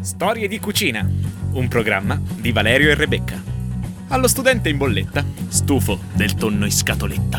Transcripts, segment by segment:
Storie di cucina, un programma di Valerio e Rebecca. Allo studente in bolletta, stufo del tonno in scatoletta.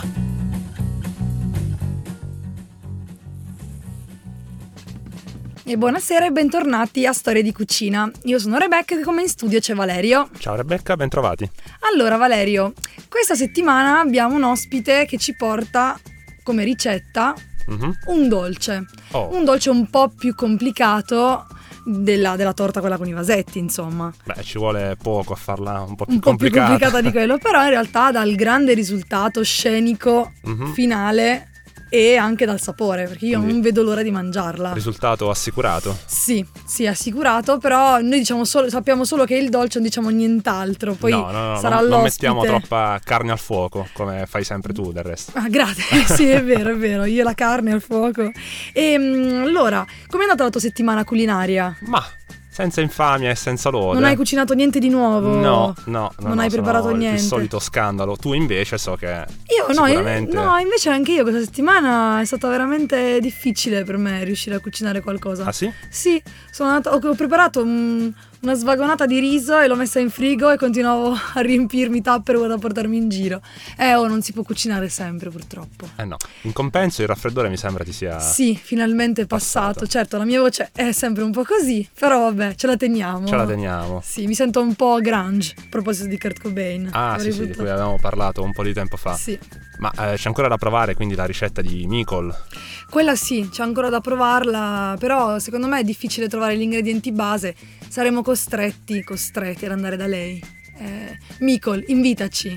E buonasera e bentornati a Storie di Cucina. Io sono Rebecca e come in studio c'è Valerio. Ciao Rebecca, bentrovati. Allora Valerio, questa settimana abbiamo un ospite che ci porta come ricetta un dolce. Un dolce un po' più complicato della torta quella con i vasetti, insomma. Beh, ci vuole poco a farla un po' più complicata di quello, però in realtà dà il grande risultato scenico finale e anche dal sapore, perché io non vedo l'ora di mangiarla. Risultato assicurato? Sì, assicurato, però noi sappiamo solo che è il dolce, non diciamo nient'altro, poi sarà non mettiamo troppa carne al fuoco, come fai sempre tu del resto. Ah, grazie, sì, è vero, io la carne al fuoco. E allora, com'è andata la tua settimana culinaria? Ma senza infamia e senza lode. Non hai cucinato niente di nuovo? No. Non hai preparato niente? Il solito scandalo. Tu invece so che sicuramente... No, invece anche io questa settimana è stata veramente difficile per me riuscire a cucinare qualcosa. Ah sì? Sì, ho preparato una svagonata di riso e l'ho messa in frigo e continuavo a riempirmi Tupperware da portarmi in giro. Non si può cucinare sempre, purtroppo. No, in compenso il raffreddore mi sembra ti sia... Sì, finalmente è passato. Certo, la mia voce è sempre un po' così, però vabbè, ce la teniamo. Sì, mi sento un po' grunge, a proposito di Kurt Cobain. Ah, sì, di cui avevamo parlato un po' di tempo fa. Sì. Ma c'è ancora da provare quindi la ricetta di Micol? Quella sì, c'è ancora da provarla, però secondo me è difficile trovare gli ingredienti base. Saremo costretti ad andare da lei. Micol, invitaci,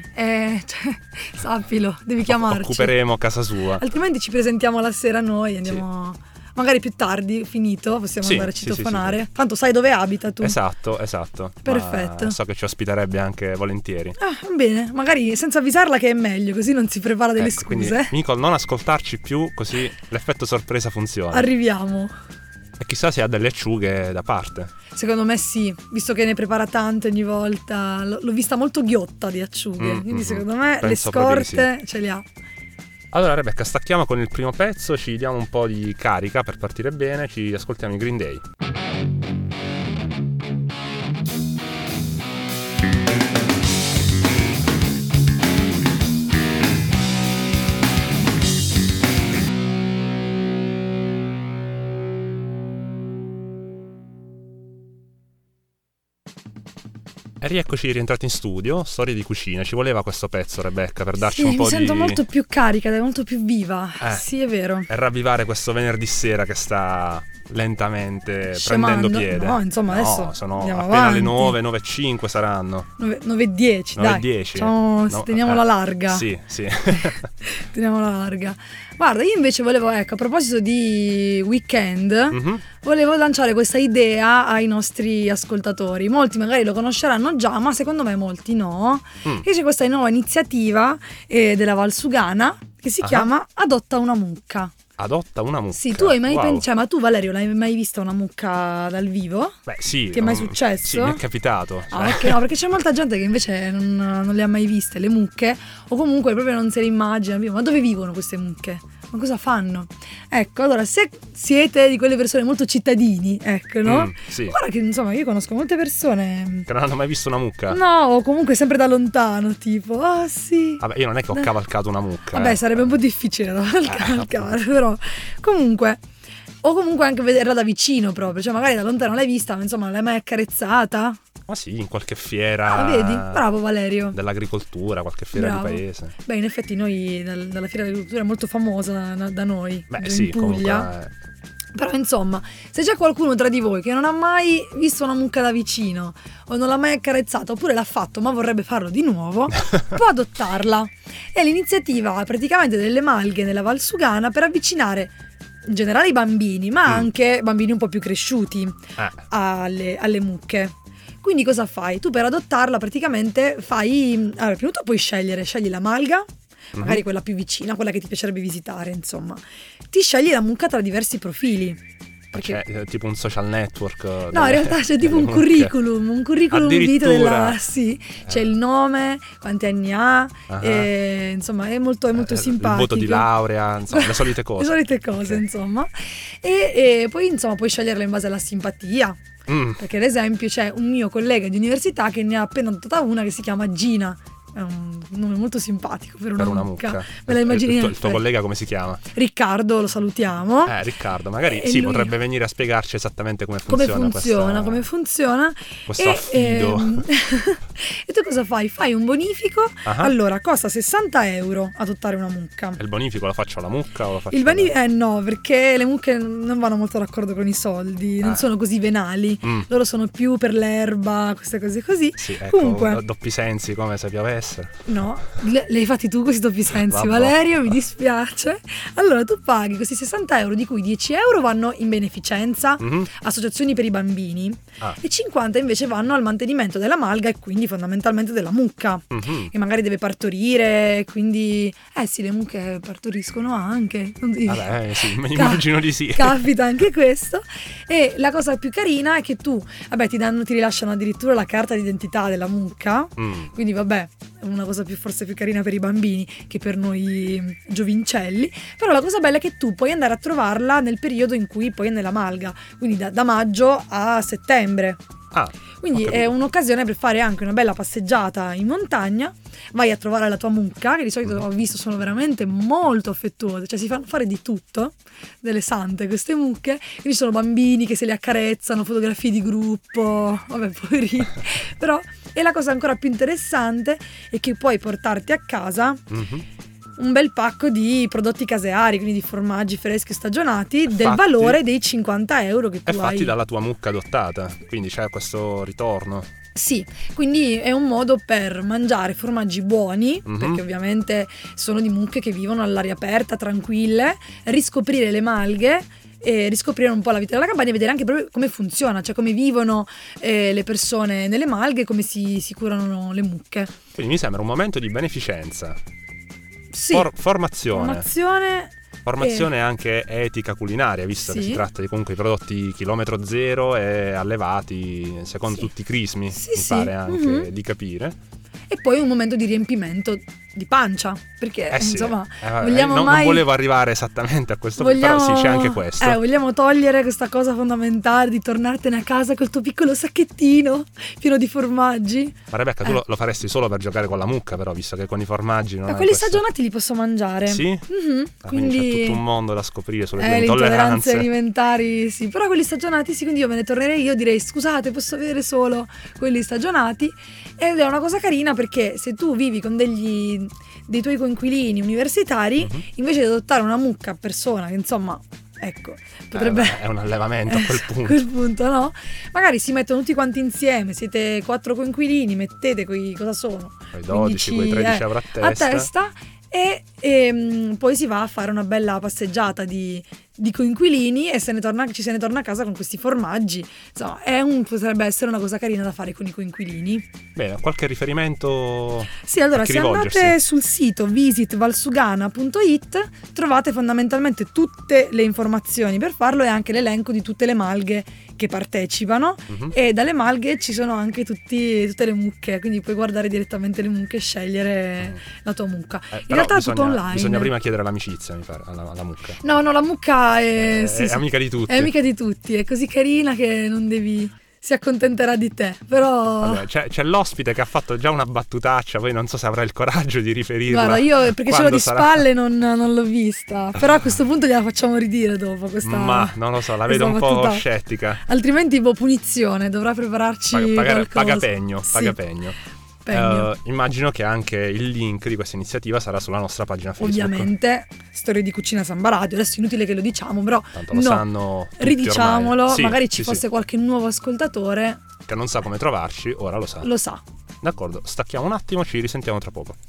sappilo, devi chiamarci. Occuperemo casa sua. Altrimenti ci presentiamo la sera noi, andiamo... Sì. Magari più tardi, finito, possiamo andare a citofonare. Sì. Tanto sai dove abita tu. Esatto. Perfetto. Ma so che ci ospiterebbe anche volentieri. Bene, magari senza avvisarla che è meglio, così non si prepara delle scuse. Quindi, Micol, non ascoltarci più, così l'effetto sorpresa funziona. Arriviamo. E chissà se ha delle acciughe da parte. Secondo me sì, visto che ne prepara tante ogni volta. L'ho vista molto ghiotta di acciughe, quindi secondo me le scorte ce le ha. Allora Rebecca, stacchiamo con il primo pezzo, ci diamo un po' di carica per partire bene, ci ascoltiamo i Green Day. E rieccoci rientrati in studio, Storie di cucina. Ci voleva questo pezzo, Rebecca, per darci un po' mi sento molto più carica, molto più viva. Sì, è vero. E ravvivare questo venerdì sera che sta lentamente prendendo piede. No, insomma, adesso sono andiamo appena avanti. le 9:05 saranno. 9:10, dai. 9:10. Teniamola larga. Sì. Teniamola larga. Guarda, io invece volevo, a proposito di weekend, volevo lanciare questa idea ai nostri ascoltatori. Molti magari lo conosceranno già, ma secondo me molti no. E c'è questa nuova iniziativa della Valsugana che si chiama Adotta una mucca. Adotta una mucca? Sì, tu hai mai ma tu Valerio l'hai mai vista una mucca dal vivo? Beh sì. Ti è mai successo? Sì, mi è capitato. Perché no, perché c'è molta gente che invece non le ha mai viste le mucche, o comunque proprio non se le immagina. Ma dove vivono queste mucche? Ma cosa fanno? Ecco, allora se siete di quelle persone molto cittadini, ecco, no? Sì. Guarda che insomma io conosco molte persone che non hanno mai visto una mucca. No, o comunque sempre da lontano, tipo, sì. Vabbè, io non è che ho cavalcato una mucca. Vabbè, sarebbe un po' difficile da cavalcare, però comunque, o comunque anche vederla da vicino proprio, cioè magari da lontano l'hai vista, ma insomma non l'hai mai accarezzata? Ma sì, in qualche fiera. Vedi? Bravo Valerio. Dell'agricoltura, qualche fiera di paese. Beh, in effetti noi dalla fiera dell'agricoltura è molto famosa da noi. Beh, sì, Puglia. Comunque... Però insomma, se c'è qualcuno tra di voi che non ha mai visto una mucca da vicino o non l'ha mai accarezzata oppure l'ha fatto ma vorrebbe farlo di nuovo, può adottarla. È l'iniziativa praticamente delle malghe nella Valsugana per avvicinare in generale i bambini, ma anche bambini un po' più cresciuti alle mucche. Quindi cosa fai? Tu per adottarla praticamente fai... Allora, prima di tutto puoi scegli la malga, magari quella più vicina, quella che ti piacerebbe visitare, insomma. Ti scegli la mucca tra diversi profili. Perché... C'è tipo un social network. No, in realtà c'è tipo un curriculum vitae della... Sì, c'è il nome, quanti anni ha, e, insomma è molto simpatico. Il voto di laurea, insomma, le solite cose. Le solite cose, insomma. E poi, insomma, puoi sceglierla in base alla simpatia. Perché ad esempio c'è un mio collega di università che ne ha appena adottata una che si chiama Gina. È un nome molto simpatico per una mucca. Me la immagini? Il tuo collega come si chiama? Riccardo, lo salutiamo. Riccardo, magari sì, lui... potrebbe venire a spiegarci esattamente come funziona. Come funziona questo affido. E tu cosa fai? Fai un bonifico. Allora, costa 60 euro adottare una mucca. E il bonifico lo faccio alla mucca o lo faccio il bonifico? No, perché le mucche non vanno molto d'accordo con i soldi, non sono così venali. Loro sono più per l'erba, queste cose così. Sì, ecco, comunque, doppi sensi come se piovesse. No, le hai fatti tu questi doppi sensi, Valerio, mi dispiace. Allora tu paghi questi 60 euro, di cui 10 euro vanno in beneficenza, associazioni per i bambini, e 50 invece vanno al mantenimento della malga e quindi fondamentalmente della mucca, che magari deve partorire, quindi sì, le mucche partoriscono anche. Vabbè, sì, immagino di sì. Capita anche questo. E la cosa più carina è che tu, ti rilasciano addirittura la carta d'identità della mucca, quindi vabbè, è una cosa forse più carina per i bambini che per noi giovincelli. Però la cosa bella è che tu puoi andare a trovarla nel periodo in cui poi è nella malga, quindi da maggio a settembre. Quindi è un'occasione per fare anche una bella passeggiata in montagna. Vai a trovare la tua mucca, che di solito ho visto sono veramente molto affettuose, cioè si fanno fare di tutto, delle sante queste mucche. Quindi ci sono bambini che se le accarezzano, fotografie di gruppo, vabbè, poverini. Però e la cosa ancora più interessante è che puoi portarti a casa un bel pacco di prodotti caseari, quindi di formaggi freschi stagionati, del valore dei 50 euro che tu hai. E fatti dalla tua mucca adottata, quindi c'è questo ritorno. Sì, quindi è un modo per mangiare formaggi buoni, perché ovviamente sono di mucche che vivono all'aria aperta, tranquille, riscoprire le malghe e riscoprire un po' la vita della campagna e vedere anche proprio come funziona, cioè come vivono le persone nelle malghe, come si curano le mucche. Quindi mi sembra un momento di beneficenza. Sì, formazione anche etica culinaria, visto che si tratta di comunque prodotti chilometro zero e allevati secondo tutti i crismi, mi pare anche di capire. E poi un momento di riempimento di pancia, perché insomma non volevo arrivare esattamente a questo punto, però sì, c'è anche questo. Vogliamo togliere questa cosa fondamentale di tornartene a casa col tuo piccolo sacchettino pieno di formaggi. Ma Rebecca, tu lo faresti solo per giocare con la mucca, però, visto che con i formaggi non quelli stagionati li posso mangiare. Sì? Quindi c'è tutto un mondo da scoprire sulle tue le intolleranze alimentari, sì, però quelli stagionati sì, quindi io me ne tornerei, io direi scusate, posso avere solo quelli stagionati. Ed è una cosa carina perché se tu vivi con dei tuoi coinquilini universitari, invece di adottare una mucca a persona, che insomma, ecco, potrebbe... è un allevamento a quel punto. A quel punto, no? Magari si mettono tutti quanti insieme, siete 4 coinquilini, mettete cosa sono? Quei 12, quei 13 euro a testa. E poi si va a fare una bella passeggiata di coinquilini e ci se ne torna a casa con questi formaggi. Insomma, potrebbe essere una cosa carina da fare con i coinquilini. Bene, qualche riferimento? Sì, allora se andate sul sito visitvalsugana.it trovate fondamentalmente tutte le informazioni per farlo e anche l'elenco di tutte le malghe che partecipano, e dalle malghe ci sono anche tutte le mucche, quindi puoi guardare direttamente le mucche e scegliere la tua mucca. In realtà è tutto online. Bisogna prima chiedere l'amicizia, mi pare, alla mucca. No, la mucca è amica di tutti. È amica di tutti, è così carina che non devi... si accontenterà di te, però... Vabbè, c'è l'ospite che ha fatto già una battutaccia, poi non so se avrà il coraggio di riferirla. Guarda, io perché ce l'ho di spalle non l'ho vista, però a questo punto gliela facciamo ridire dopo questa... Ma non lo so, la vedo un po' scettica. Altrimenti punizione, dovrà prepararci paga pegno. Immagino che anche il link di questa iniziativa sarà sulla nostra pagina Facebook. Ovviamente, Storie di Cucina Samba Radio. Adesso è inutile che lo diciamo, però tanto lo sanno tutti, ridiciamolo, sì, magari ci fosse qualche nuovo ascoltatore che non sa come trovarci, ora lo sa. D'accordo, stacchiamo un attimo, ci risentiamo tra poco.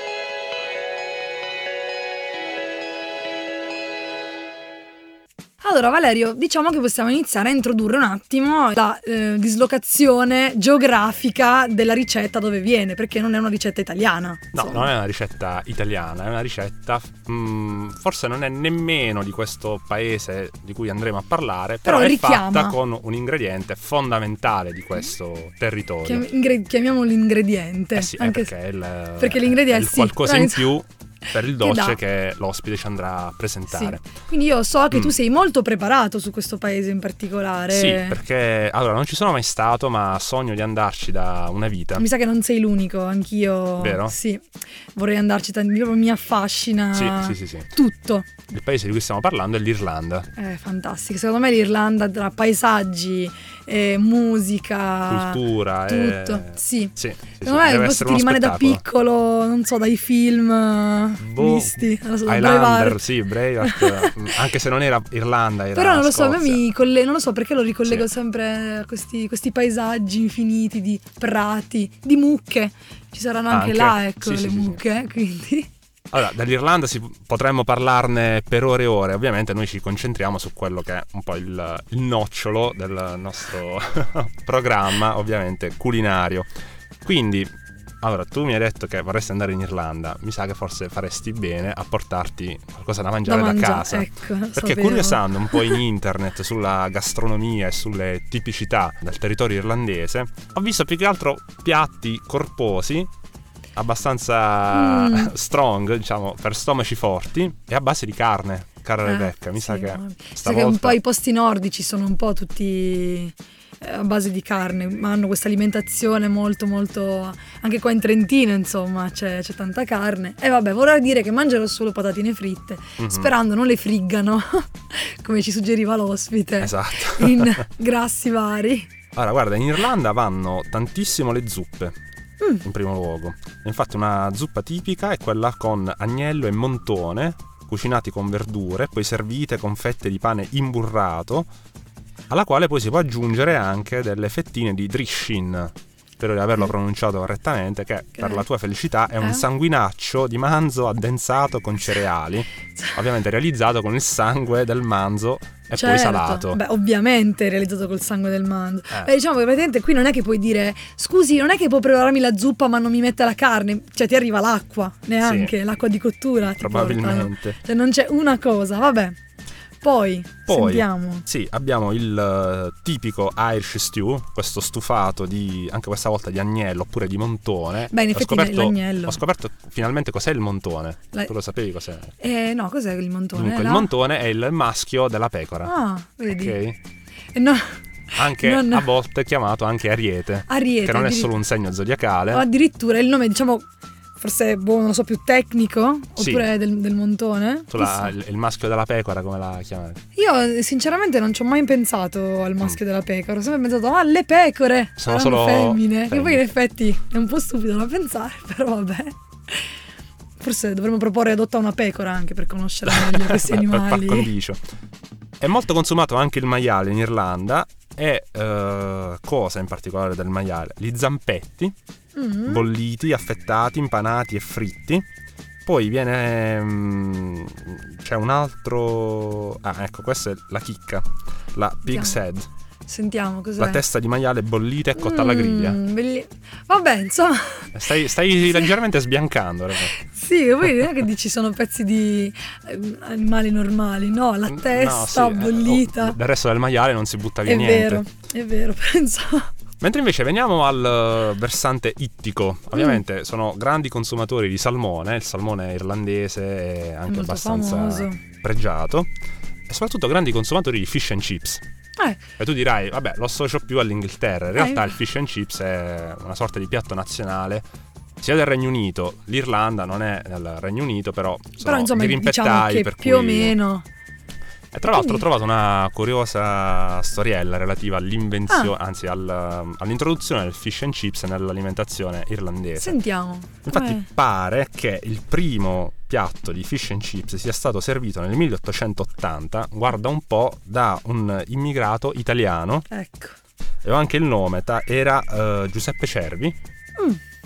Allora Allora Valerio, diciamo che possiamo iniziare a introdurre un attimo la dislocazione geografica della ricetta, dove viene, perché non è una ricetta italiana. No, non è una ricetta italiana, è una ricetta forse non è nemmeno di questo paese di cui andremo a parlare, però è fatta con un ingrediente fondamentale di questo territorio. Chiamiamolo ingrediente. Sì, anche perché l'ingrediente è qualcosa in più per il dolce che l'ospite ci andrà a presentare. Sì. Quindi io so che tu sei molto preparato su questo paese in particolare. Sì, perché allora non ci sono mai stato, ma sogno di andarci da una vita. Mi sa che non sei l'unico, anch'io. Vero? Sì, vorrei andarci, mi affascina sì. tutto. Il paese di cui stiamo parlando è l'Irlanda. È fantastico, secondo me l'Irlanda tra paesaggi, musica, cultura, tutto. Sì. Secondo me questo ti rimane da piccolo, non so, dai film visti. Highlander, sì, Braveheart, anche se non era Irlanda, era però non lo so, a Scozia. me non lo so perché lo ricollego sempre a questi paesaggi infiniti di prati, di mucche. Ci saranno anche là, ecco, le mucche, quindi... Allora, dall'Irlanda potremmo parlarne per ore e ore. Ovviamente noi ci concentriamo su quello che è un po' il nocciolo del nostro programma, ovviamente culinario. Quindi, allora, tu mi hai detto che vorresti andare in Irlanda. Mi sa che forse faresti bene a portarti qualcosa da mangiare da casa. Ecco, perché curiosando un po' in internet sulla gastronomia e sulle tipicità del territorio irlandese, ho visto più che altro piatti corposi, abbastanza strong, diciamo, per stomaci forti e a base di carne Rebecca. Mi sa che stavolta... che un po' i posti nordici sono un po' tutti a base di carne, ma hanno questa alimentazione molto molto, anche qua in Trentino insomma c'è tanta carne. E vabbè, vorrei dire che mangerò solo patatine fritte, sperando non le friggano come ci suggeriva l'ospite, esatto, in grassi vari. Allora guarda, in Irlanda vanno tantissimo le zuppe. In primo luogo, infatti una zuppa tipica è quella con agnello e montone cucinati con verdure, poi servite con fette di pane imburrato, alla quale poi si può aggiungere anche delle fettine di drishin. Spero di averlo pronunciato correttamente, che per la tua felicità è un sanguinaccio di manzo addensato con cereali, ovviamente realizzato con il sangue del manzo e poi salato. Beh, ovviamente realizzato col sangue del manzo. Beh, diciamo che praticamente qui non è che puoi dire scusi, non è che puoi prepararmi la zuppa ma non mi mette la carne, cioè ti arriva l'acqua, neanche l'acqua di cottura probabilmente. Cioè non c'è una cosa, vabbè. Poi sentiamo. Sì, abbiamo il tipico Irish stew, questo stufato anche questa volta di agnello oppure di montone. Beh, in effetti l'agnello. Ho scoperto finalmente cos'è il montone. Tu lo sapevi cos'è? No, cos'è il montone? Dunque, il montone è il maschio della pecora. Ah, vedi. Ok? No. Anche a volte chiamato anche Ariete. Ariete, che non è solo un segno zodiacale. O addirittura il nome, diciamo, forse non lo so, più tecnico, oppure del montone. Tu il maschio della pecora, come la chiamate? Io sinceramente non ci ho mai pensato al maschio della pecora, ho sempre pensato le pecore sono solo femmine, che poi in effetti è un po' stupido da pensare, però vabbè. Forse dovremmo proporre adotta una pecora anche per conoscere meglio questi animali. Per par condicio. È molto consumato anche il maiale in Irlanda e cosa in particolare del maiale? Gli zampetti bolliti, affettati, impanati e fritti. Poi viene c'è un altro ecco, questa è la chicca, la pig's head. Sentiamo cos'è. La testa di maiale bollita e cotta alla griglia. Vabbè, insomma, stai leggermente sbiancando. Sì, poi non è che dici sono pezzi di animali normali, no, la testa bollita. Del resto del maiale non si butta via niente. È vero, penso. Mentre invece veniamo al versante ittico. Ovviamente sono grandi consumatori di salmone, il salmone irlandese è anche abbastanza famoso, pregiato, e soprattutto grandi consumatori di fish and chips. E tu dirai, vabbè, lo associo più all'Inghilterra. In realtà il fish and chips è una sorta di piatto nazionale sia del Regno Unito. L'Irlanda non è nel Regno Unito, però insomma diciamo che per più o cui... meno. E tra l'altro ho trovato una curiosa storiella relativa all'invenzione, anzi all'introduzione del fish and chips nell'alimentazione irlandese. Sentiamo. Infatti pare che il primo piatto di fish and chips sia stato servito nel 1880, guarda un po', da un immigrato italiano. Ecco. E ho anche il nome, era Giuseppe Cervi.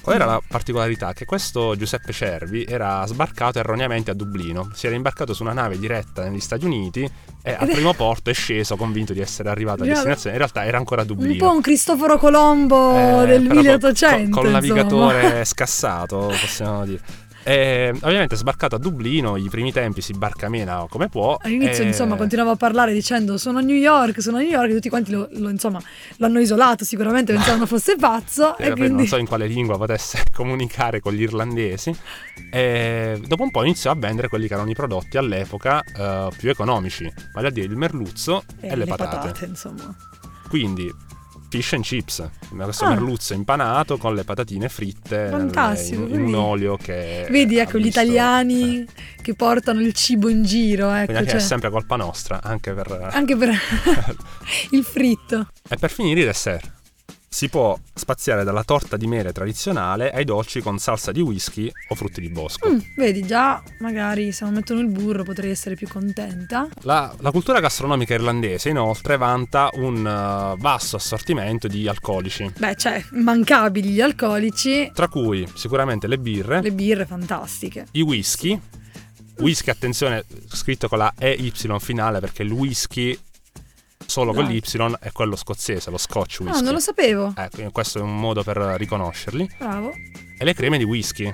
Qual era la particolarità? Che questo Giuseppe Cervi era sbarcato erroneamente a Dublino, si era imbarcato su una nave diretta negli Stati Uniti e al primo porto è sceso convinto di essere arrivato a destinazione, in realtà era ancora a Dublino. Un po' un Cristoforo Colombo del 1800. Col navigatore scassato, possiamo dire. Ovviamente sbarcato a Dublino, i primi tempi si barcamena come può. All'inizio insomma continuava a parlare dicendo sono a New York, e tutti quanti l'hanno isolato, sicuramente pensavano fosse pazzo e quindi... non so in quale lingua potesse comunicare con gli irlandesi, e dopo un po' iniziò a vendere quelli che erano i prodotti all'epoca più economici, vale a dire il merluzzo e le patate insomma. Quindi fish and chips, questo merluzzo impanato con le patatine fritte in un olio che... Vedi, ecco, gli italiani che portano il cibo in giro, ecco. Quindi è sempre colpa nostra, anche per il fritto. E per finire i dessert. Si può spaziare dalla torta di mele tradizionale ai dolci con salsa di whisky o frutti di bosco. Vedi, già magari se non mettono il burro potrei essere più contenta. La cultura gastronomica irlandese inoltre vanta un vasto assortimento di alcolici. Immancabili gli alcolici. Tra cui sicuramente le birre. Le birre fantastiche. I whisky. Whisky, attenzione, scritto con la EY finale perché il whisky... solo con l'Y è quello scozzese, lo Scotch whisky. No, non lo sapevo. Questo è un modo per riconoscerli. Bravo. E le creme di whisky.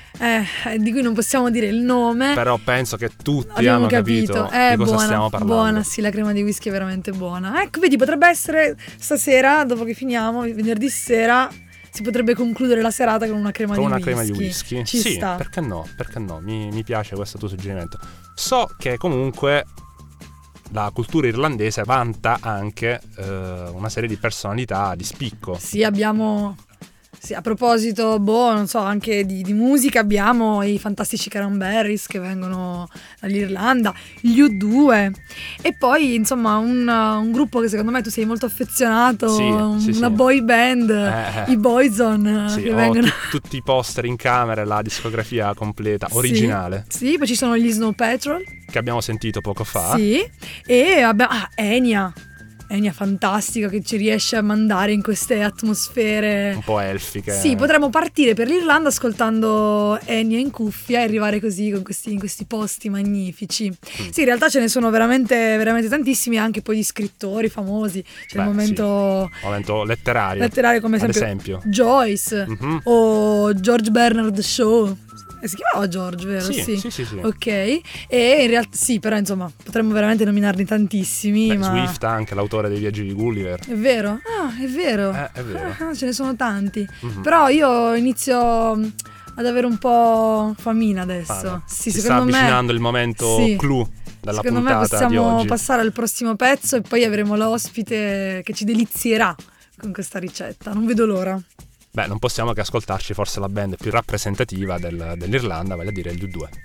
Di cui non possiamo dire il nome. Però penso che tutti hanno capito di cosa stiamo parlando. Buona, sì, la crema di whisky è veramente buona. Ecco, vedi, potrebbe essere stasera, dopo che finiamo, venerdì sera, si potrebbe concludere la serata con una crema di whisky. Ci sta. Perché no? Mi piace questo tuo suggerimento. So che comunque... la cultura irlandese vanta anche una serie di personalità di spicco. Sì, abbiamo... Sì, a proposito, non so, anche di musica abbiamo i fantastici Cranberries che vengono dall'Irlanda, gli U2 e poi insomma un gruppo che secondo me tu sei molto affezionato, una boy band, i Boyzone, che vengono... tutti i poster in camera, la discografia completa, originale. Sì, poi ci sono gli Snow Patrol che abbiamo sentito poco fa. Sì, e abbiamo Enya fantastica che ci riesce a mandare in queste atmosfere un po' elfiche. Sì, potremmo partire per l'Irlanda ascoltando Enya in cuffia e arrivare così in questi posti magnifici. Sì, in realtà ce ne sono veramente, veramente tantissimi, anche poi di scrittori famosi. C'è il momento letterario come ad esempio Joyce o George Bernard Shaw. Si chiamava George, vero? Sì. Ok. E in realtà sì, però insomma potremmo veramente nominarne tantissimi. Swift anche, l'autore dei Viaggi di Gulliver. È vero? È vero. È vero. Ce ne sono tanti. Però io inizio ad avere un po' famina adesso. Sì, si sta avvicinando il momento clou della secondo puntata me possiamo di oggi. Passare al prossimo pezzo e poi avremo l'ospite che ci delizierà con questa ricetta. Non vedo l'ora. Non possiamo che ascoltarci forse la band più rappresentativa dell'Irlanda, vale a dire gli U2.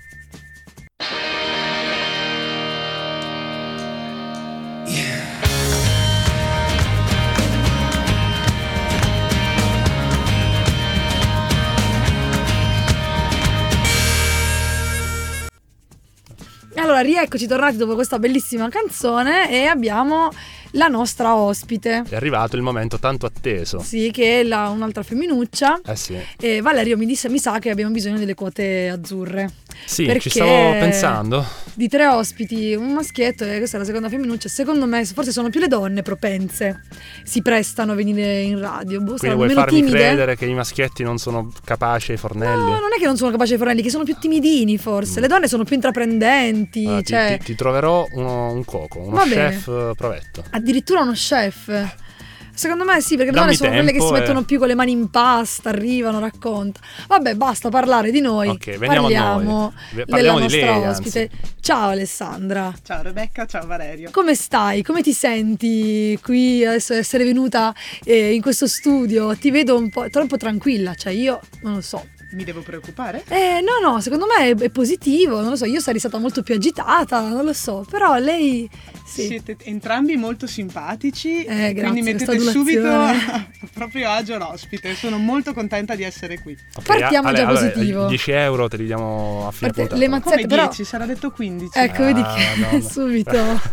Allora, rieccoci tornati dopo questa bellissima canzone e abbiamo la nostra ospite. È arrivato il momento tanto atteso. Sì, che è un'altra femminuccia. Sì. E Valerio mi sa che abbiamo bisogno delle quote azzurre. Sì, ci stavo pensando. Di 3 ospiti, un maschietto e questa è la seconda femminuccia. Secondo me forse sono più le donne propense, si prestano a venire in radio. Quindi vuoi farmi credere che i maschietti non sono capaci ai fornelli? No, non è che non sono capaci ai fornelli, che sono più timidini forse. Le donne sono più intraprendenti. Allora, ti troverò un cuoco, uno chef provetto. Addirittura uno chef. Secondo me sì, perché le donne sono quelle che si mettono più con le mani in pasta, arrivano, raccontano. Vabbè, basta parlare di noi. Ok, veniamo a noi. Parliamo della di lei, nostra ospite. Ciao Alessandra. Ciao Rebecca, ciao Valerio. Come stai? Come ti senti qui adesso essere venuta in questo studio? Ti vedo un po' troppo tranquilla, cioè io non lo so. Mi devo preoccupare? No, secondo me è positivo, non lo so, io sarei stata molto più agitata, non lo so, però lei sì. Siete entrambi molto simpatici, grazie, quindi mettete subito proprio agio l'ospite, sono molto contenta di essere qui. Okay, partiamo già positivo. 10 euro te li diamo a fine puntata. Le mazzette, come 10? Sarà detto 15. Ecco, vedi che subito.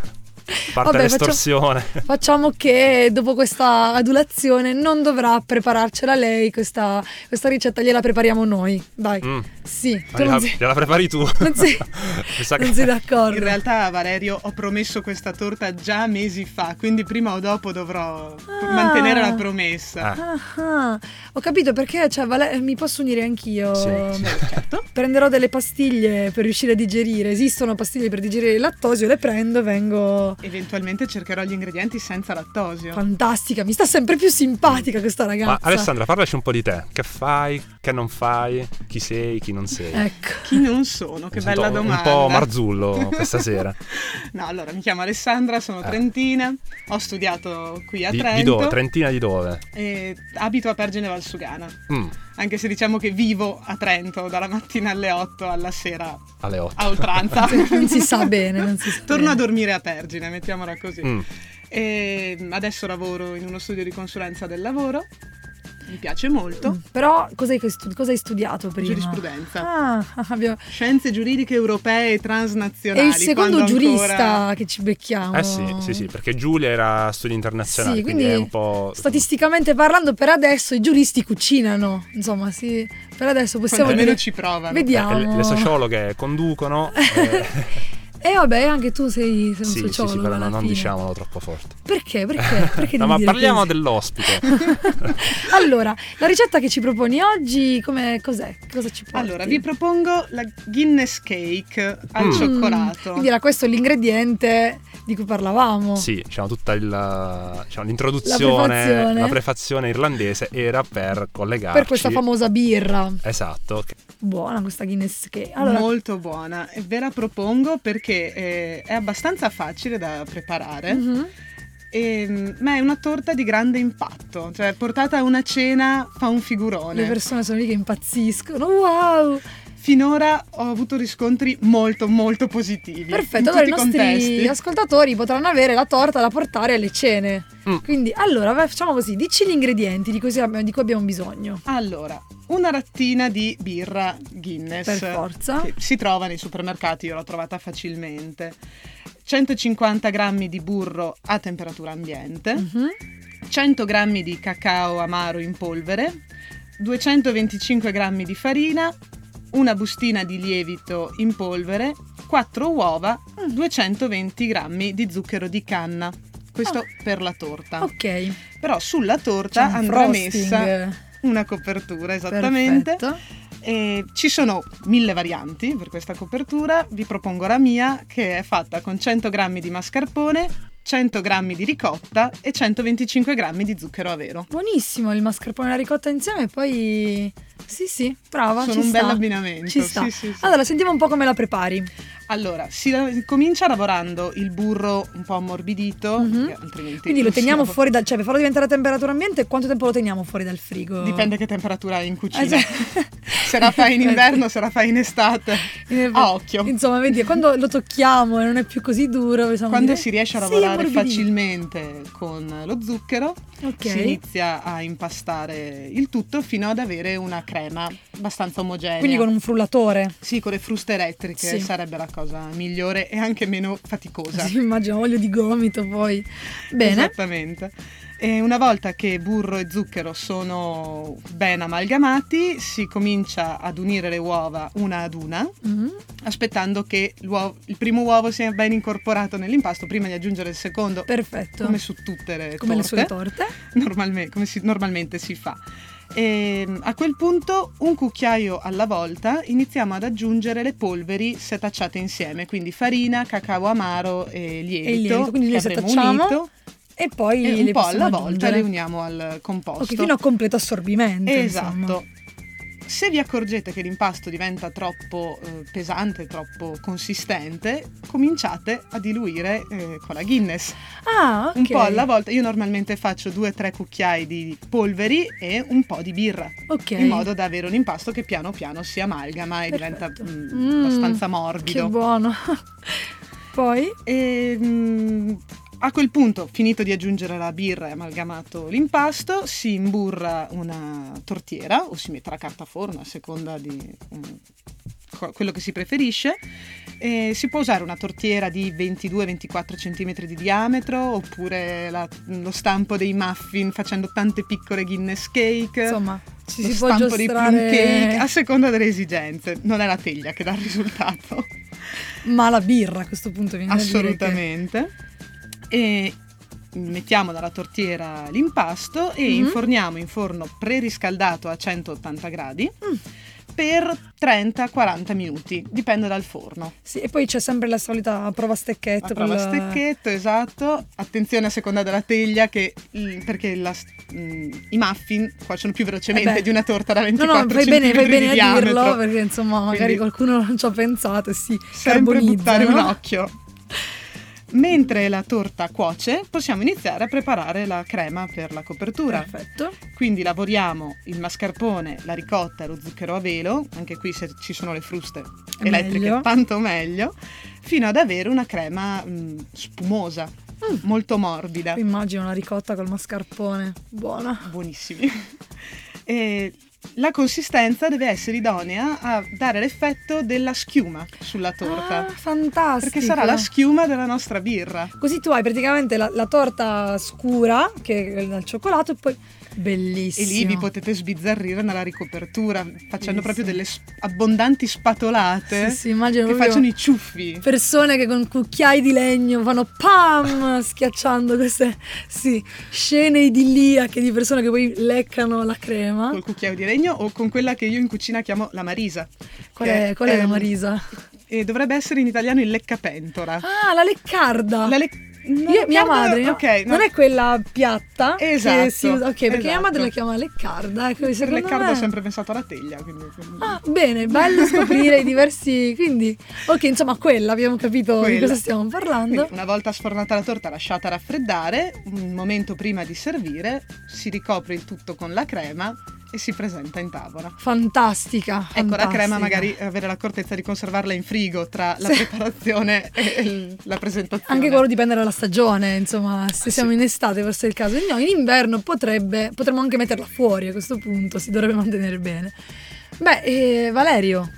Parte Vabbè, l'estorsione. Facciamo che dopo questa adulazione non dovrà prepararcela lei, questa ricetta gliela prepariamo noi. Dai, sì, tu Gliela prepari tu. non sei, Mi sa che- non sei d'accordo. In realtà, Valerio, ho promesso questa torta già mesi fa, quindi prima o dopo dovrò mantenere la promessa. Ah, ho capito perché, cioè, mi posso unire anch'io. Sì. Certo. Prenderò delle pastiglie per riuscire a digerire. Esistono pastiglie per digerire il lattosio, le prendo, vengo Eventualmente cercherò gli ingredienti senza lattosio. fantastica. Mi sta sempre più simpatica questa Ma ragazza. Alessandra, parlaci un po' di te. Che fai? Che non fai? Chi sei? Chi non sei? Ecco. Chi non sono? Che Mi bella sento domanda. un po' Marzullo questa sera. No, allora, mi chiamo Alessandra, sono trentina, ho studiato qui a Di Trento dove? Trentina di dove? e abito a Pergine Valsugana. Mm, Anche se diciamo che vivo a Trento dalla mattina alle 8 alla sera alle 8. a oltranza. Non si sa bene, non si sa Torno bene. a dormire a Pergine, mettiamola così. Mm. E adesso lavoro in uno studio di consulenza del lavoro. Mi piace molto. Però cosa hai studiato prima? Giurisprudenza. Ah, abbiamo... Scienze giuridiche europee e transnazionali. È il secondo quando giurista ancora- che ci becchiamo. Sì, perché Giulia era studi internazionali, Sì, quindi quindi è un po'... statisticamente parlando, per adesso i giuristi cucinano. Insomma, sì, per adesso possiamo Quantomeno dire... ci provano. Vediamo. Le sociologhe conducono. E vabbè, anche tu sei un Sì, sociologo. però alla non fine. diciamolo troppo forte. Perché? Perché No, devi ma dire parliamo così? dell'ospite. Allora, la ricetta che ci proponi oggi, cos'è? Cosa ci porti? Allora, vi propongo la Guinness Cake al cioccolato. Quindi era questo l'ingrediente di cui parlavamo. Sì, diciamo tutta l'introduzione, La la prefazione irlandese era per collegarci. Per questa famosa birra. Esatto. Buona questa Guinness che. Allora, Molto buona e ve la propongo perché è abbastanza facile da preparare. mhm. Ma è una torta di grande impatto, cioè portata a una cena fa un Le figurone. persone sono lì che impazziscono. Wow! Finora ho avuto riscontri molto molto positivi. Perfetto, in allora i tutti nostri contesti. ascoltatori potranno avere la torta da portare alle cene. Quindi, allora, facciamo così, dici gli ingredienti di cui abbiamo bisogno. Allora, una rattina di birra Guinness. Per forza. Che si trova nei supermercati, io l'ho trovata facilmente. 150 grammi di burro a temperatura ambiente. Mhm. 100 grammi di cacao amaro in polvere. 225 grammi di farina. Una bustina di lievito in polvere. 4 uova. 220 grammi di zucchero di canna. Questo per la torta. Ok. Però sulla C'è torta un andrà frosting. messa una copertura, esattamente. Perfetto. E ci sono 1000 varianti per questa copertura. Vi propongo la mia, che è fatta con 100 grammi di mascarpone, 100 grammi di ricotta e 125 grammi di zucchero a vero. Buonissimo il mascarpone e la ricotta insieme e poi... Sì, brava, Sono ci un sta. bell'abbinamento. Ci sta. Sì, sì, sì. Allora, sentiamo un po' come la prepari. Allora, si comincia lavorando il burro un po' ammorbidito, Mhm. che altrimenti Quindi lo non teniamo si- fuori cioè per farlo diventare a temperatura ambiente, quanto tempo lo teniamo fuori dal frigo? Dipende che temperatura hai in cucina. Cioè- Se la fai in inverno, se la fai in estate. A occhio. Insomma, vedi, quando lo tocchiamo e non è più così duro, possiamo Quando dire, si riesce a sì, lavorare ammorbidito. facilmente con lo zucchero, Ok. si inizia a impastare il tutto fino ad avere una crema abbastanza omogenea. Quindi con un frullatore. Sì, con le fruste elettriche Sì. sarebbe la cosa migliore e anche meno faticosa. Sì, immagino, olio di gomito poi. Bene. Esattamente. E una volta che burro e zucchero sono ben amalgamati, si comincia ad unire le uova una ad una, Mhm. aspettando che il primo uovo sia ben incorporato nell'impasto prima di aggiungere il secondo, Perfetto. come su tutte le Come le sue torte, torte. come normalmente si fa. E a quel punto, un cucchiaio alla volta, iniziamo ad aggiungere le polveri setacciate insieme, quindi farina, cacao amaro e lievito, E il lievito, quindi che le avremo setacciamo unito, E poi e un le po' possiamo alla volta aggiungere. le uniamo al composto. Ok, fino a completo assorbimento. Esatto. insomma. Se vi accorgete che l'impasto diventa troppo pesante, troppo consistente, cominciate a diluire con la Guinness. Ah, ok. Un po' alla volta. Io normalmente faccio 2-3 cucchiai di polveri e un po' di birra, Ok. in modo da avere un impasto che piano piano si amalgama e diventa Perfetto. abbastanza Che morbido. buono. Poi? A quel punto, finito di aggiungere la birra e amalgamato l'impasto, si imburra una tortiera o si mette la carta forno a seconda di quello che si preferisce. E si può usare una tortiera di 22-24 cm di diametro, oppure lo stampo dei muffin facendo tante piccole Guinness cake. Insomma, lo si può stampo dei plum giostrare cake, a seconda delle esigenze. Non è la teglia che dà il risultato. Ma la birra a questo punto viene da dire Assolutamente. E mettiamo dalla tortiera l'impasto e inforniamo in forno preriscaldato a 180 gradi per 30-40 minuti, dipende dal forno. Sì, e poi c'è sempre la solita prova stecchetto. Prova stecchetto, esatto. Attenzione a seconda della teglia, perché i muffin cuociono più velocemente di una torta da 24 fai bene di a diametro. dirlo, perché insomma magari qualcuno non ci ha pensato e si sempre carbonizza, buttare no? un occhio. Mentre la torta cuoce, possiamo iniziare a preparare la crema per la copertura. Perfetto. Quindi lavoriamo il mascarpone, la ricotta e lo zucchero a velo, anche qui se ci sono le fruste elettriche Meglio. tanto meglio, fino ad avere una crema spumosa, molto morbida. Immagino una ricotta col mascarpone, buona. Buonissimi. E la consistenza deve essere idonea a dare l'effetto della schiuma sulla torta. Ah, fantastico. Perché sarà la schiuma della nostra birra. Così tu hai praticamente la torta scura, che è al cioccolato, e poi E bellissimo. lì vi potete sbizzarrire nella ricopertura, facendo Bellissimo. proprio delle abbondanti spatolate Sì, immagino che proprio facciano i ciuffi. persone che con cucchiai di legno fanno pam, schiacciando queste scene idilliache di persone che poi leccano la crema. Col cucchiaio di legno o con quella che io in cucina chiamo la marisa. Qual è la Marisa? E dovrebbe essere in italiano il leccapentola. Ah, la leccarda. Mia madre, no? Ok, no. Non è quella piatta? Esatto, che si usa. Ok, perché mia esatto. madre la chiama leccarda. Ecco, Per secondo leccardo me... ho sempre pensato alla teglia. Quindi... Ah, bene, bello scoprire i diversi... Quindi, ok, insomma, quella, abbiamo capito di cosa stiamo parlando. Quindi, una volta sfornata la torta, lasciata raffreddare, un momento prima di servire, si ricopre il tutto con la crema e si presenta in tavola. Fantastica. Ecco, la crema fantastica. magari avere l'accortezza di conservarla in frigo tra la preparazione e la presentazione. Anche quello dipende dalla stagione, insomma, se siamo in estate forse è il caso. No, in inverno potremmo anche metterla fuori a questo punto, si dovrebbe mantenere bene. Beh, Valerio,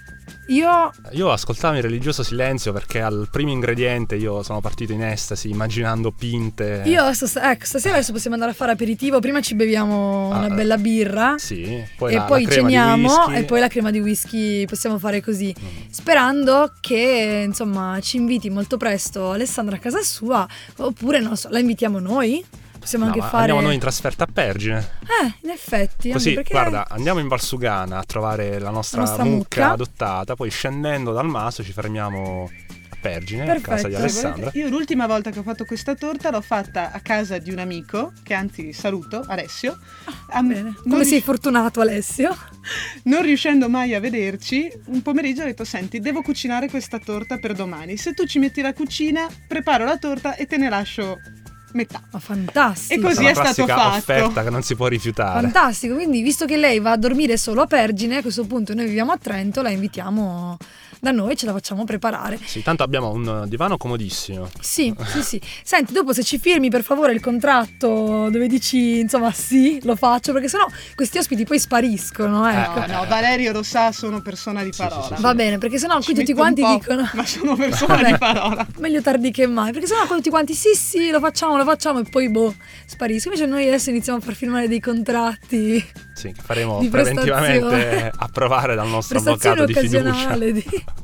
Io ascoltavo in religioso silenzio perché al primo ingrediente io sono partito in estasi immaginando pinte. Stasera adesso possiamo andare a fare aperitivo, prima ci beviamo una bella birra. Sì, poi e poi la crema di ceniamo whisky. e poi la crema di whisky possiamo fare così, sperando che insomma ci inviti molto presto Alessandra a casa sua, oppure non so, la invitiamo noi? Possiamo No, anche ma fare... andiamo noi in trasferta a Pergine. in effetti. Così, anche perché... guarda, andiamo in Valsugana a trovare la nostra mucca adottata, poi scendendo dal Maso ci fermiamo a Pergine, Perfetto. a casa di Alessandra. Io l'ultima volta che ho fatto questa torta l'ho fatta a casa di un amico, che anzi saluto, Alessio. Bene. Come sei fortunato, Alessio? Non riuscendo mai a vederci, un pomeriggio ho detto: senti, devo cucinare questa torta per domani. Se tu ci metti la cucina, preparo la torta e te ne lascio metà. Ma fantastico. E così È è stato fatto. offerta che non si può rifiutare. Fantastico, quindi visto che lei va a dormire solo a Pergine, a questo punto noi viviamo a Trento, la invitiamo da noi, ce la facciamo preparare. Sì, tanto abbiamo un divano comodissimo. Sì. Senti, dopo se ci firmi per favore il contratto dove dici insomma sì, lo faccio, perché sennò questi ospiti poi spariscono, ecco. No, Valerio lo sa, sono persona di parola. Va bene, perché sennò qui Ci tutti metto un quanti po', dicono ma sono persona di parola. meglio tardi che mai, perché sennò tutti quanti sì, lo facciamo e poi spariscono. Invece noi adesso iniziamo a far firmare dei contratti. Sì, che faremo Di preventivamente prestazione. approvare dal nostro Prestazione avvocato di fiducia. occasionale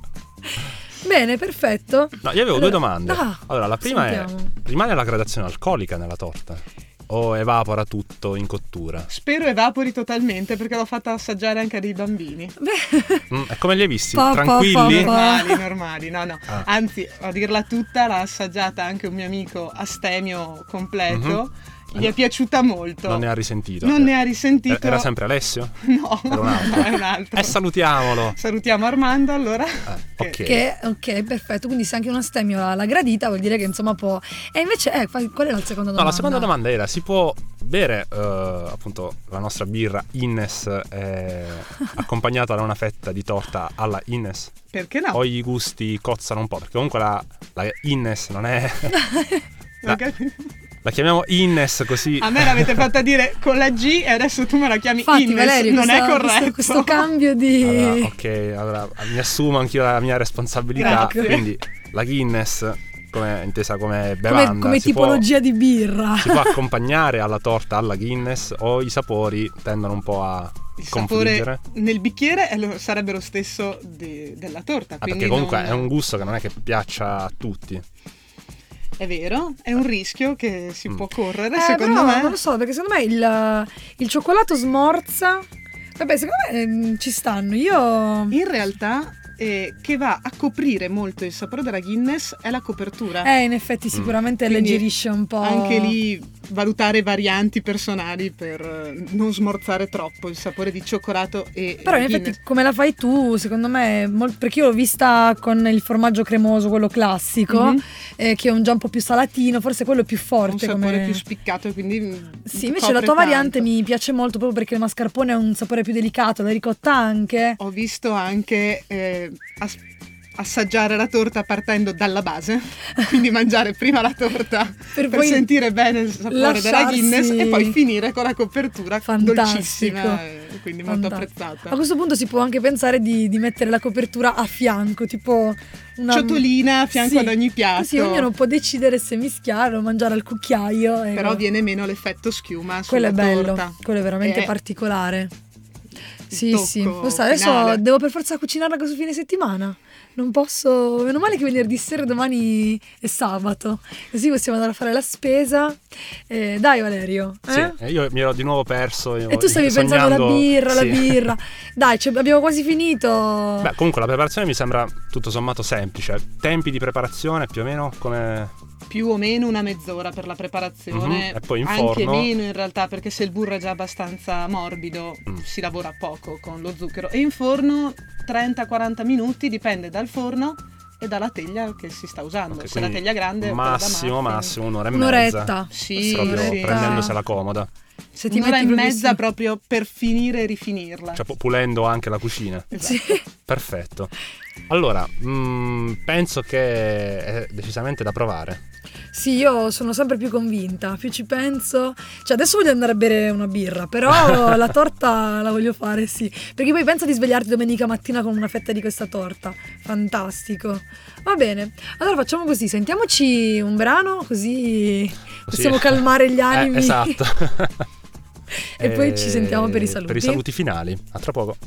Bene, perfetto. No, io avevo due domande. Allora, la prima sentiamo. è: rimane la gradazione alcolica nella torta? O evapora tutto in cottura? Spero evapori totalmente, perché l'ho fatta assaggiare anche a dei bambini. E come li hai visti? Pa, Tranquilli? pa. Normali, no. Anzi, a dirla tutta, l'ha assaggiata anche un mio amico astemio completo. Gli è piaciuta molto. Non ne ha risentito? Non ne ha risentito. Era sempre Alessio? No, Era un altro. è un altro. Salutiamolo. Salutiamo Armando, allora. Ok. Ok, perfetto. Quindi se anche un astemio l'ha gradita, vuol dire che insomma può. E invece, qual è la seconda domanda? No, la seconda domanda era: si può bere appunto la nostra birra Innes accompagnata da una fetta di torta alla Innes? Perché no? O i gusti cozzano un po'? Perché comunque la Innes non è... La chiamiamo Innes così. A me l'avete fatta dire con la G e adesso tu me la chiami Infatti, Innes, Valerio, non è corretto. Questo cambio di... Allora, mi assumo anch'io la mia responsabilità. Grazie. Quindi la Guinness, intesa come bevanda, come tipologia di birra. si può accompagnare alla torta alla Guinness, o i sapori tendono un po' a Il confliggere? sapore nel bicchiere sarebbe lo stesso della torta. Quindi Perché comunque è un gusto che non è che piaccia a tutti. È vero, è un rischio che si può correre, Secondo me. Non lo so, perché secondo me il cioccolato smorza. Vabbè, secondo me ci stanno. Io... In realtà, che va a coprire molto il sapore della Guinness è la copertura. In effetti sicuramente Quindi alleggerisce un po'. Anche lì valutare varianti personali per non smorzare troppo il sapore di cioccolato e Però in Guinness. effetti come la fai tu, secondo me, perché io l'ho vista con il formaggio cremoso, quello classico, che è già un po' più salatino, forse quello è più forte. Un sapore più spiccato, quindi sì, invece la tua variante mi piace molto proprio perché il mascarpone ha un sapore più delicato, la ricotta anche. Ho visto anche assaggiare la torta partendo dalla base, quindi mangiare prima la torta per poi sentire bene il sapore della Guinness e poi finire con la copertura dolcissima, quindi molto apprezzata. A questo punto si può anche pensare di mettere la copertura a fianco, tipo una ciotolina a fianco ad ogni piatto. Così ognuno può decidere se mischiare o mangiare al cucchiaio. Però viene meno l'effetto schiuma quello sulla è bello, torta. Quello è veramente particolare. Sì. Tocco Adesso finale. devo per forza cucinarla questo fine settimana. Non posso. Meno male che venerdì sera e domani è sabato. Così possiamo andare a fare la spesa. Dai, Valerio. Sì, io mi ero di nuovo perso. E tu stavi pensando alla birra. Dai, abbiamo quasi finito. Beh, comunque la preparazione mi sembra tutto sommato semplice. Tempi di preparazione più o meno come... Più o meno una mezz'ora per la preparazione, e poi in anche forno. meno in realtà, perché se il burro è già abbastanza morbido si lavora poco con lo zucchero, e in forno 30-40 minuti, dipende dal forno e dalla teglia che si sta usando. Se la teglia grande massimo un'ora e un'oretta. mezza. Sì, proprio prendendosela comoda. Se ti un'ora e metti mezza proprio per finire e rifinirla. Cioè pulendo anche la cucina. Esatto. Sì. Perfetto. Allora, penso che è decisamente da provare. Sì, io sono sempre più convinta, più ci penso. Cioè adesso voglio andare a bere una birra, però la torta la voglio fare, sì. Perché poi pensa di svegliarti domenica mattina con una fetta di questa torta. Fantastico. Va bene, allora facciamo così, sentiamoci un brano così possiamo calmare gli animi. Esatto. E poi ci sentiamo per i saluti. Per i saluti finali. A tra poco.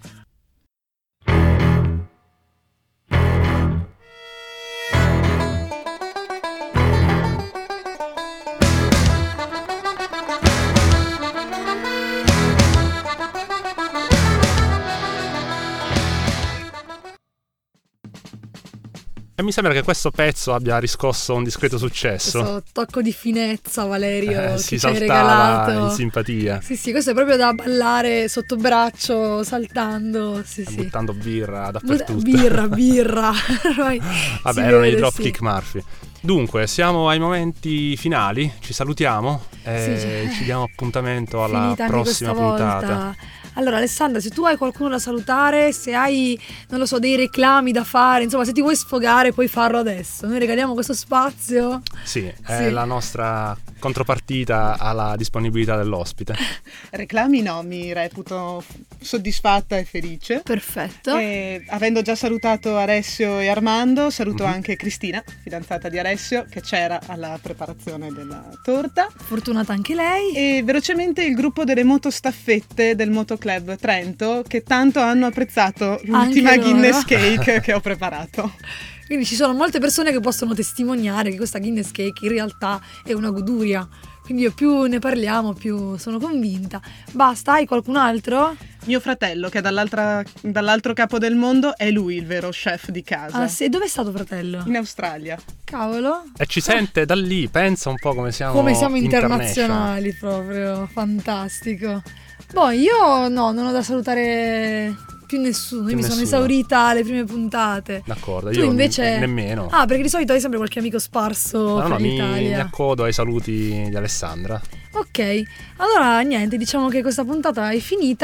E mi sembra che questo pezzo abbia riscosso un discreto successo. Questo tocco di finezza, Valerio, si che ci hai saltava regalato. in simpatia. Sì, questo è proprio da ballare sotto braccio, saltando. Sì. Buttando birra dappertutto. Birra. Vabbè, erano i Dropkick Murphy. Dunque, siamo ai momenti finali, ci salutiamo e ci diamo appuntamento alla prossima puntata. Allora Alessandra, se tu hai qualcuno da salutare, se hai, non lo so, dei reclami da fare, insomma, se ti vuoi sfogare puoi farlo adesso. Noi regaliamo questo spazio. Sì, è la nostra contropartita alla disponibilità dell'ospite. Reclami no, mi reputo soddisfatta e felice. Perfetto. E, avendo già salutato Alessio e Armando, saluto anche Cristina, fidanzata di Alessio, che c'era alla preparazione della torta. Fortunata anche lei. E velocemente il gruppo delle motostaffette del Motoclub Trento, che tanto hanno apprezzato l'ultima Guinness Cake che ho preparato. Quindi ci sono molte persone che possono testimoniare che questa Guinness Cake in realtà è una goduria. Quindi io più ne parliamo, più sono convinta. Basta, hai qualcun altro? Mio fratello, che è dall'altro capo del mondo, è lui il vero chef di casa. Ah sì, dove è stato fratello? In Australia. Cavolo. E ci sente da lì, pensa un po' come siamo internazionali proprio, fantastico. Boh, io non ho da salutare più nessuno, io mi sono esaurita alle prime puntate. D'accordo, tu io invece nemmeno. Ah, perché di solito hai sempre qualche amico sparso per l'Italia. Mi accodo ai saluti di Alessandra. Ok, allora niente, diciamo che questa puntata è finita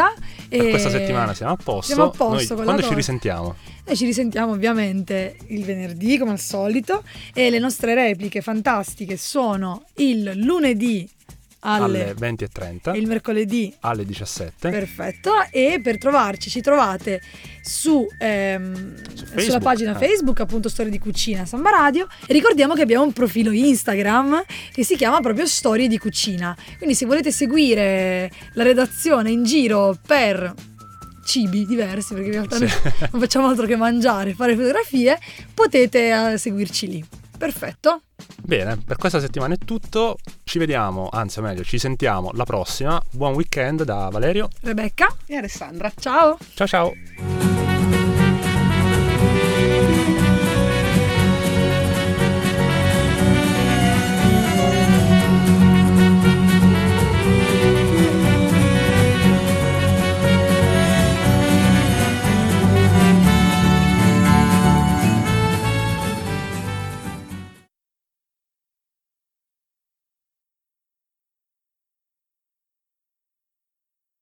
Per questa settimana siamo a posto. Siamo a posto. Noi, quando ci risentiamo? Noi ci risentiamo ovviamente il venerdì come al solito, e le nostre repliche fantastiche sono il lunedì alle 20:30 e il mercoledì alle 17. Perfetto. E per trovarci ci trovate sulla pagina Facebook, appunto, Storie di Cucina Samba Radio, e ricordiamo che abbiamo un profilo Instagram che si chiama proprio Storie di Cucina, quindi se volete seguire la redazione in giro per cibi diversi, perché in realtà noi non facciamo altro che mangiare, fare fotografie, potete seguirci lì. Perfetto. Bene, per questa settimana è tutto. Ci vediamo, anzi o meglio, ci sentiamo la prossima. Buon weekend da Valerio, Rebecca e Alessandra. ciao. ciao ciao.